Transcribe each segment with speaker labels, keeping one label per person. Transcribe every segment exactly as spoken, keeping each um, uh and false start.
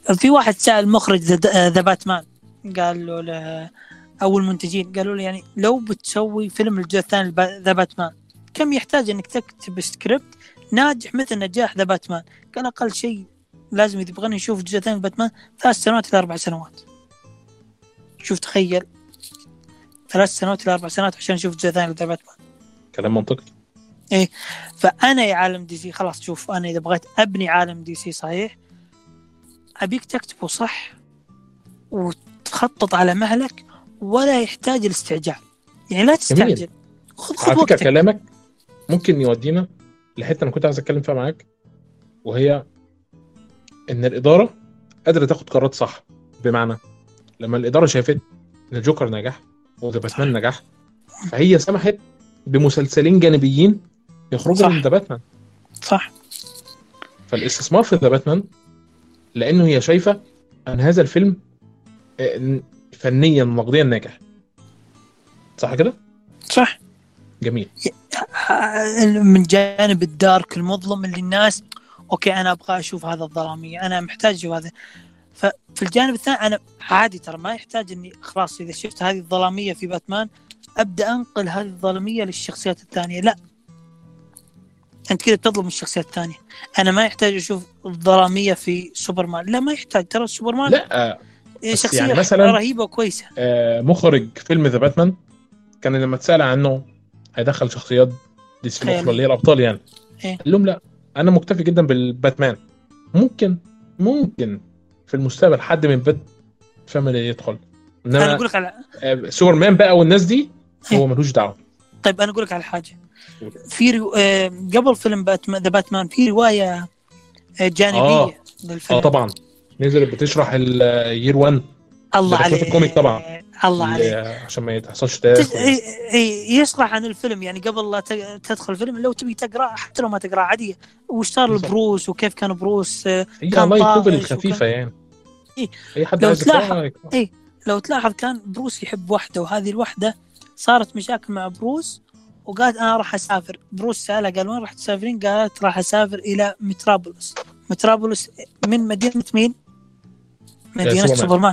Speaker 1: في واحد سأل مخرج ذا باتمان، قال له له أول منتجين قالوا له يعني لو بتسوي فيلم الجزء الثاني ذا باتمان كم يحتاج إنك تكتب سكريبت ناجح مثل نجاح ذا باتمان؟ قال أقل شيء لازم إذا بغينا نشوف الجزء الثاني باتمان ثلاث سنوات إلى أربع سنوات. شوف تخيل ثلاث سنوات إلى أربع سنوات عشان نشوف الجزء الثاني ذا باتمان.
Speaker 2: كلام منطقي.
Speaker 1: إيه فأنا يا عالم دي سي خلاص شوف أنا إذا بغيت أبني عالم دي سي صحيح أبيك تكتبه صح وتخطط على مهلك ولا يحتاج الاستعجال، يعني لا تستعجل.
Speaker 2: خذ خذ وقتك. كلامك ممكن يودينا لحتة أنا كنت عايز أتكلم فيها معاك، وهي إن الإدارة قادرة تاخد قرارات صح. بمعنى لما الإدارة شافت إن الجوكر نجح وذا باتمان نجح فهي سمحت بمسلسلين جانبيين يخرجوا من ذا باتمان.
Speaker 1: صح.
Speaker 2: فالاستثمار في ذا باتمان لأنه هي شايفة أن هذا الفيلم فنيا نقديا ناجح. صح كده؟
Speaker 1: صح.
Speaker 2: جميل.
Speaker 1: من جانب الدارك المظلم اللي الناس أوكي أنا أبغى أشوف هذا الظلامية، أنا محتاج أشوف هذا. ففي الجانب الثاني أنا عادي ترى ما يحتاج إني خلاص إذا شفت هذه الظلامية في باتمان أبدأ أنقل هذه الظلامية للشخصيات الثانية. لا، أنت كده تظلم الشخصيات الثانية. أنا ما يحتاج أشوف الظلامية في سوبرمان. لا ما يحتاج، ترى سوبرمان
Speaker 2: لا
Speaker 1: شخصية
Speaker 2: يعني مثلا
Speaker 1: رهيبة وكويسة.
Speaker 2: مخرج فيلم ذا باتمان كان لما تسأل عنه هيدخل شخصيات دي سي الأخرى اللي هي الأبطال يعني
Speaker 1: إيه؟
Speaker 2: قال لهم لا أنا مكتفي جدا بالباتمان. ممكن ممكن في المستقبل حد من بات فاميلي يدخل،
Speaker 1: أنا أقول لك على
Speaker 2: سوبرمان بقى والناس دي هو ملوش دعوة.
Speaker 1: طيب أنا أقول لك على حاجة في رو... آه... قبل فيلم باتمان ذا باتمان في رواية جانبية
Speaker 2: آه.
Speaker 1: للفيلم.
Speaker 2: آه طبعا نزلت بتشرح اليير وان.
Speaker 1: الله عليك.
Speaker 2: الكوميك طبعا
Speaker 1: الله عليك
Speaker 2: عشان ما يتحصلش تاخد
Speaker 1: يشرح عن الفيلم يعني قبل لا تدخل الفيلم لو تبي تقرأ حتى لو ما تقرأ عادية وش صار لبروس وكيف كان بروس
Speaker 2: كان طائش الخفيفة وكان... يعني
Speaker 1: إيه؟
Speaker 2: أي حد
Speaker 1: لو تلاحظ إيه لو تلاحظ كان بروس يحب واحدة وهذه الوحدة صارت مشاكل مع بروس وقالت أنا راح أسافر. بروس سألها قال وين راح تسافرين؟ قالت راح أسافر إلى متروبوليس. متروبوليس من مدينة مين؟ مدينة سوبرمان.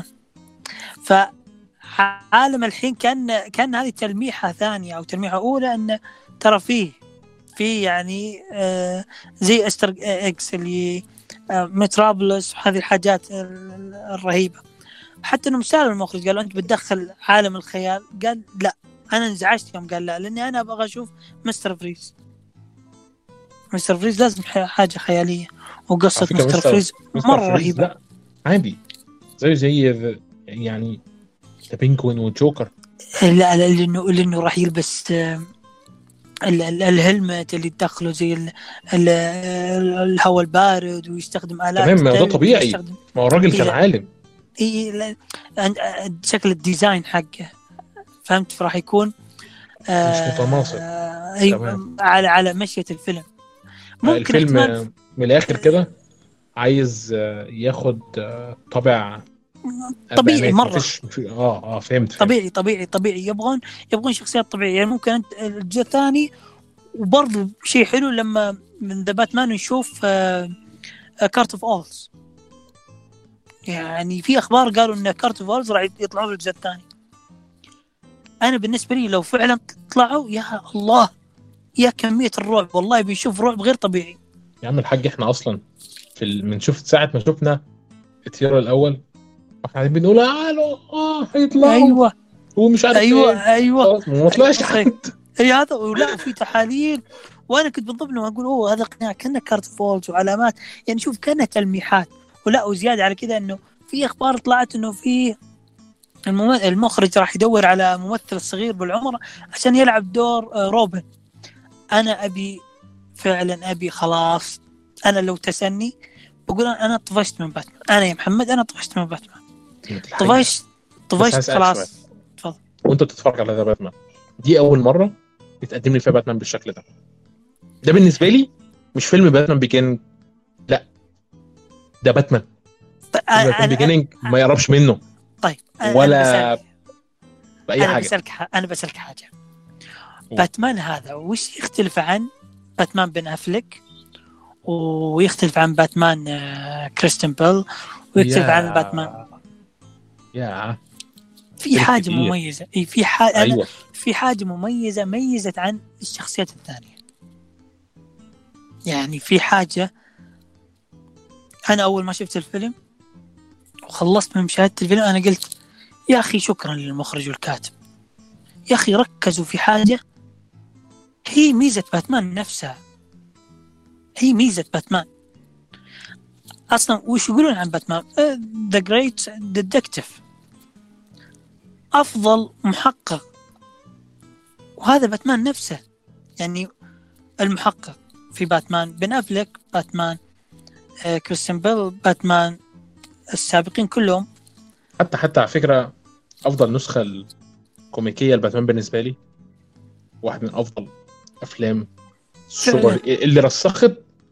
Speaker 1: فعالم الحين كان كان هذه تلميحة ثانية أو تلميحة أولى أن ترى فيه في يعني آه زي أستر إكس اللي آه متروبوليس وهذه الحاجات الرهيبة. حتى إنه مسألة المخرج قالوا أنت بتدخل عالم الخيال. قال لا أنا انزعجت يوم قال لا لأني أنا أبغى أشوف مستر فريز. مستر فريز لازم حاجة خيالية وقصة مستر فريز مرة رهيبة.
Speaker 2: لا عادي زي زي يعني ذا بينجوين والجوكر.
Speaker 1: لا لا لأنه لأنه راح يلبس الهلمت اللي تدخله زي الهواء البارد ويستخدم آلات.
Speaker 2: تمام ده طبيعي ما هو الراجل كان عالم.
Speaker 1: إيه شكل الديزاين حقه فهمت راح يكون
Speaker 2: مش متناسق
Speaker 1: أيوة على على مشية الفيلم.
Speaker 2: ممكن الفيلم من الآخر كده عايز ياخد طابع
Speaker 1: طبيعي مرة.
Speaker 2: اه اه فهمت
Speaker 1: طبيعي طبيعي طبيعي يبغون يبغون شخصيات طبيعية. يعني ممكن الجزء الثاني وبرضه شيء حلو لما من ذا باتمان نشوف كارت اوف اولز. يعني في اخبار قالوا ان كارت اوف اولز راح يطلعوا في الجزء الثاني. انا بالنسبة لي لو فعلا طلعوا يا الله يا كمية الرعب والله بيشوف رعب غير طبيعي.
Speaker 2: يا عم الحاج احنا اصلا في من شفت ساعة ما شفنا التيار الاول احنا بنقول الو اه هيطلعوا
Speaker 1: ايوه
Speaker 2: ومش عارف
Speaker 1: ايوه
Speaker 2: ايه.
Speaker 1: ايوه
Speaker 2: ما طلعش حد.
Speaker 1: اي هذا ولا في تحاليل وانا كنت بالضبط واقول اوه هذا قناع كأنه كارت فولز وعلامات يعني شوف كأنه تلميحات. ولا وزيادة على كذا انه في اخبار طلعت انه في المخرج راح يدور على ممثل صغير بالعمر عشان يلعب دور روبن. انا ابي فعلا ابي خلاص. انا لو تسني بقول انا طفشت من باتمان. انا يا محمد انا طفشت من باتمان. طفشت طفشت خلاص.
Speaker 2: تفضل. وانت بتتفرج على ذا باتمان دي اول مره يتقدم لي فيها باتمان بالشكل ده. ده بالنسبه لي مش فيلم باتمان بيجن لا ده باتمان باتمان بيجيننج ما يقربش منه.
Speaker 1: طيب
Speaker 2: ولا باي
Speaker 1: أنا
Speaker 2: حاجه.
Speaker 1: بسألك انا بسألك حاجه أوه. باتمان هذا وش يختلف عن باتمان بن أفليك ويختلف عن باتمان كريستيان بيل ويختلف عن
Speaker 2: يا
Speaker 1: باتمان.
Speaker 2: يا
Speaker 1: في
Speaker 2: فيلم
Speaker 1: حاجة
Speaker 2: كبير.
Speaker 1: مميزة، اي في حاجة، أنا
Speaker 2: ايوه
Speaker 1: في حاجة مميزة ميزت عن الشخصيات الثانية. يعني في حاجة، أنا أول ما شفت الفيلم وخلصت من مشاهدة الفيلم أنا قلت يا أخي شكرا للمخرج والكاتب، يا أخي ركزوا في حاجة هي ميزة باتمان نفسها، هي ميزة باتمان أصلا. وش يقولون عن باتمان؟ The Great Detective، أفضل محقق، وهذا باتمان نفسه. يعني المحقق في باتمان، بن أفلك باتمان، آه، كريستيان بيل باتمان، السابقين كلهم.
Speaker 2: حتى حتى على فكره افضل نسخه الكوميكيه لباتمان بالنسبه لي، واحد من افضل افلام السوبر
Speaker 1: فعلا
Speaker 2: اللي رسخت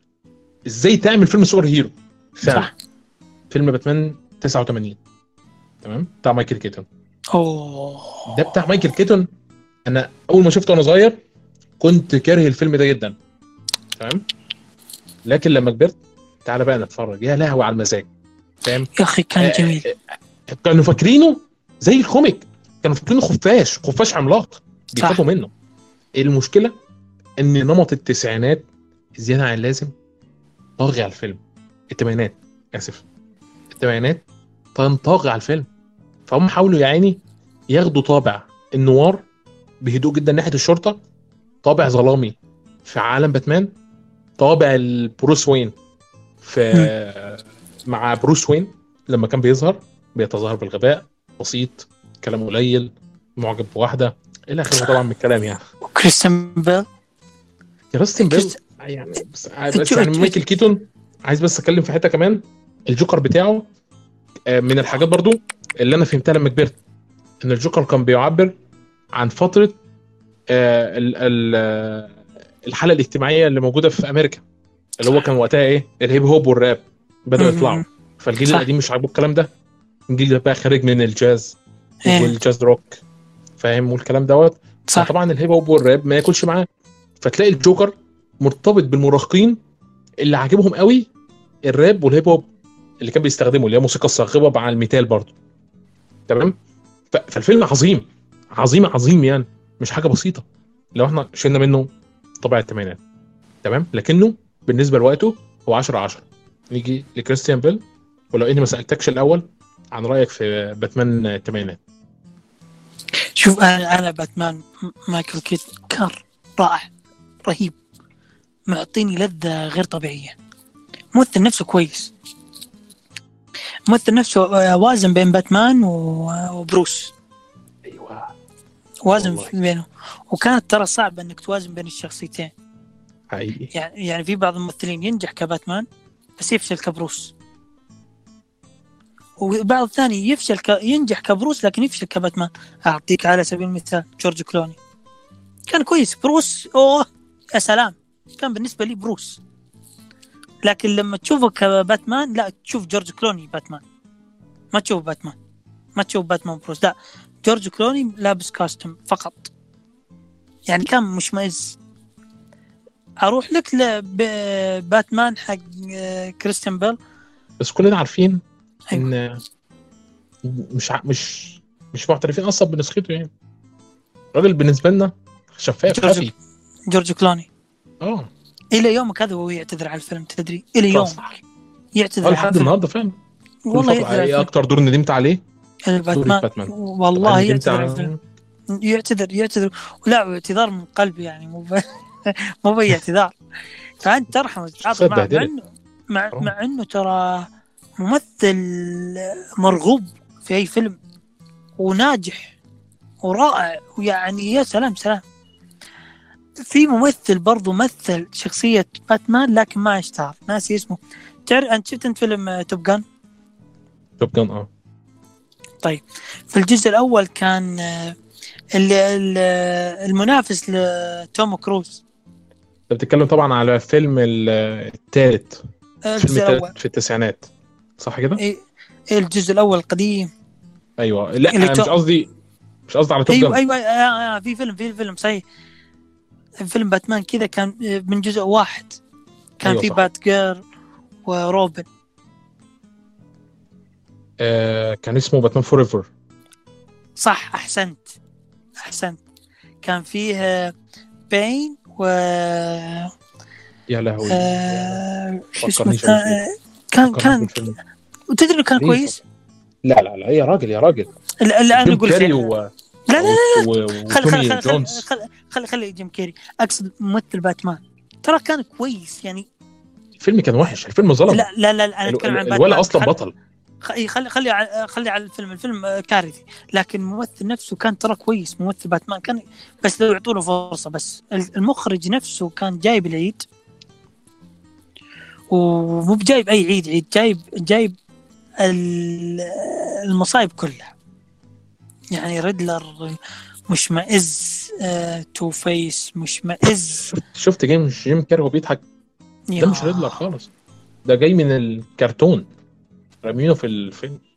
Speaker 2: ازاي تعمل فيلم سوبر هيرو فعلا.
Speaker 1: صح.
Speaker 2: فيلم باتمان تسعة وثمانين، تمام، بتاع مايكل كيتون.
Speaker 1: أوه.
Speaker 2: ده بتاع مايكل كيتون. انا اول ما شفته وانا صغير كنت كاره الفيلم ده جدا، تمام، لكن لما كبرت تعالى بقى نتفرج، يا لهوي على المزاج، فاهم.
Speaker 1: يا أخي كان
Speaker 2: آه،
Speaker 1: جميل.
Speaker 2: آه، كانوا فاكرينه زي الكوميك، كانوا فاكرينه خفاش خفاش عملاق
Speaker 1: صح
Speaker 2: بيخافوا منه. المشكله ان نمط التسعينات زياده عن اللازم طاغي على الفيلم. الثمانينات، اسف، الثمانينات كان طاغي على الفيلم. فهم حاولوا يا عيني ياخدوا طابع النوار بهدوء جدا ناحيه الشرطه، طابع ظلامي في عالم باتمان، طابع البروس وين
Speaker 1: مم.
Speaker 2: في مع بروس وين لما كان بيظهر بيتظاهر بالغباء، بسيط، كلام قليل، معجب بواحده الى اخره طبعا من الكلام يعني.
Speaker 1: وكريستيان بيل.
Speaker 2: كريستيان بيل
Speaker 1: كريست...
Speaker 2: يعني بس, بس
Speaker 1: الجو...
Speaker 2: يعني
Speaker 1: الجو...
Speaker 2: مايكل كيتون. عايز بس اتكلم في حته كمان، الجوكر بتاعه آه، من الحاجات برضو اللي انا فهمتها لما كبرت، ان الجوكر كان بيعبر عن فتره آه، ال- ال- آه، الحاله الاجتماعيه اللي موجوده في امريكا، اللي هو كان وقتها ايه الهيب هوب والراب بدأوا يطلعوا.
Speaker 1: مم.
Speaker 2: فالجيل
Speaker 1: صح.
Speaker 2: القديم مش عاجبه الكلام ده، الجيل ده بقى خارج من الجاز
Speaker 1: إيه
Speaker 2: والجاز روك، فاهم، والكلام دوت.
Speaker 1: صح.
Speaker 2: فطبعا الهيب هوب والراب ما ياكلش معاه، فتلاقي الجوكر مرتبط بالمراهقين اللي عاجبهم قوي الراب والهيب هوب اللي كان بيستخدمه، اللي هي موسيقى الصاخبه مع الميتال برضه، تمام. ف- فالفيلم عظيم عظيم عظيم يعني، مش حاجه بسيطه لو احنا شلنا منه طبع الثمانينات، تمام، لكنه بالنسبه لوقته هو عشرة على عشرة. نيجي لكريستيان بيل، ولو اني ما سالتكش الاول عن رايك في باتمان الثمانينات.
Speaker 1: شوف أنا أنا باتمان مايكل كيت كان رائع، رهيب، معطيني لذة غير طبيعية. ممثل نفسه كويس، ممثل نفسه وازن بين باتمان وبروس،
Speaker 2: ايوه
Speaker 1: وازن
Speaker 2: والله
Speaker 1: بينه. وكانت ترى صعب انك توازن بين الشخصيتين.
Speaker 2: حقيقي.
Speaker 1: يعني يعني في بعض الممثلين ينجح كباتمان بس يفشل كبروس، وبعض الثاني يفشل ك... ينجح كبروس لكن يفشل كباتمان. اعطيك على سبيل المثال جورج كلوني، كان كويس بروس، اوه يا سلام، كان بالنسبة لي بروس. لكن لما تشوفه كباتمان لا، تشوف جورج كلوني باتمان، ما تشوف باتمان، ما تشوف باتمان بروس، لا، جورج كلوني لابس كاستم فقط، يعني كان مشمئز. اروح لك لباتمان حق كريستيان بيل.
Speaker 2: بس كلنا عارفين
Speaker 1: ايوه
Speaker 2: ان مش ع- مش مش معترفين اصلا بنسخته يعني. الراجل بالنسبه لنا شفاف
Speaker 1: جورج
Speaker 2: خفي.
Speaker 1: جورج كلوني
Speaker 2: اه
Speaker 1: الى يومك هذا وهو يعتذر على الفيلم، تدري الى
Speaker 2: صح
Speaker 1: يومك
Speaker 2: صح. اه
Speaker 1: يعتذر على
Speaker 2: لحد
Speaker 1: الفيلم،
Speaker 2: النهارده فعلا. كل
Speaker 1: والله
Speaker 2: فتره
Speaker 1: يعتذر على
Speaker 2: ايه
Speaker 1: الفيلم.
Speaker 2: اكتر دور ندمت عليه؟ دور
Speaker 1: الباتمان
Speaker 2: باتمان. طبعا
Speaker 1: والله
Speaker 2: ندمت
Speaker 1: يعتذر على الفيلم،
Speaker 2: على
Speaker 1: يعتذر يعتذر ولا اعتذار من قلبي، يعني مو ب... مو باي اعتذار. فانت ترحم وتتعاطف
Speaker 2: شخصيه
Speaker 1: معه، مع
Speaker 2: اتبهدلت.
Speaker 1: انه مع,
Speaker 2: حرام.
Speaker 1: مع انه ترى ممثل مرغوب في اي فيلم وناجح ورائع، ويعني يا سلام سلام. في ممثل برضو مثل شخصية باتمان لكن ما اشتهر، ناسي اسمه. تعرف انت شفت انت فيلم توب جان؟
Speaker 2: توب جان اه.
Speaker 1: طيب في الجزء الاول كان آه، ال- ال- المنافس لتوم كروز.
Speaker 2: انت بتتكلم طبعا على فيلم الثالث، الفيلم
Speaker 1: الجزء الاول
Speaker 2: الثالث في التسعينات، صح كده؟
Speaker 1: إيه إيه الجزء الاول القديم
Speaker 2: ايوه،
Speaker 1: اللي
Speaker 2: لا انا مش
Speaker 1: تو...
Speaker 2: قصدي مش قصدي على توب
Speaker 1: ايوه
Speaker 2: جان.
Speaker 1: ايوه آه آه في فيلم في فيلم صحيح، فيلم باتمان كذا كان آه، من جزء واحد، كان
Speaker 2: ايوه
Speaker 1: في
Speaker 2: صح.
Speaker 1: بات جير وروبن.
Speaker 2: آه كان اسمه باتمان فور ايفر.
Speaker 1: صح، احسنت احسنت. كان فيه بين و
Speaker 2: يا لهوي
Speaker 1: آه... شو اسمه
Speaker 2: فكرنيش أوي فيه.
Speaker 1: كان
Speaker 2: فكرني
Speaker 1: كان
Speaker 2: بالفيلم.
Speaker 1: وتدري إنه كان
Speaker 2: ليه؟
Speaker 1: كويس.
Speaker 2: لا لا لا يا راجل يا راجل
Speaker 1: لا لا انا
Speaker 2: جيم
Speaker 1: اقول
Speaker 2: كاري
Speaker 1: فيه.
Speaker 2: و...
Speaker 1: لا لا لا
Speaker 2: و...
Speaker 1: خل خل
Speaker 2: وتومي
Speaker 1: خل خل
Speaker 2: جونز.
Speaker 1: خل خل خلي جيم كيري، اقصد ممثل باتمان ترى كان كويس يعني.
Speaker 2: الفيلم كان وحش، الفيلم ظلم.
Speaker 1: لا لا لا انا اتكلم عن باتمان.
Speaker 2: الولا اصلا
Speaker 1: خل...
Speaker 2: بطل.
Speaker 1: خلي خلي خلي على خلي على الفيلم. الفيلم كارثي، لكن الممثل نفسه كان ترى كويس. ممثل باتمان كان، بس لو يعطوا له فرصه. بس المخرج نفسه كان جايب العيد، ومو بجايب اي عيد عيد، جايب جايب المصايب كلها. يعني ريدلر مشمئز، آه، تو فيس مشمئز.
Speaker 2: شفت شفت جيم جيم كاري وهو بيضحك؟ ده مش ريدلر خالص، ده جاي من الكرتون رامينه في الفيلم.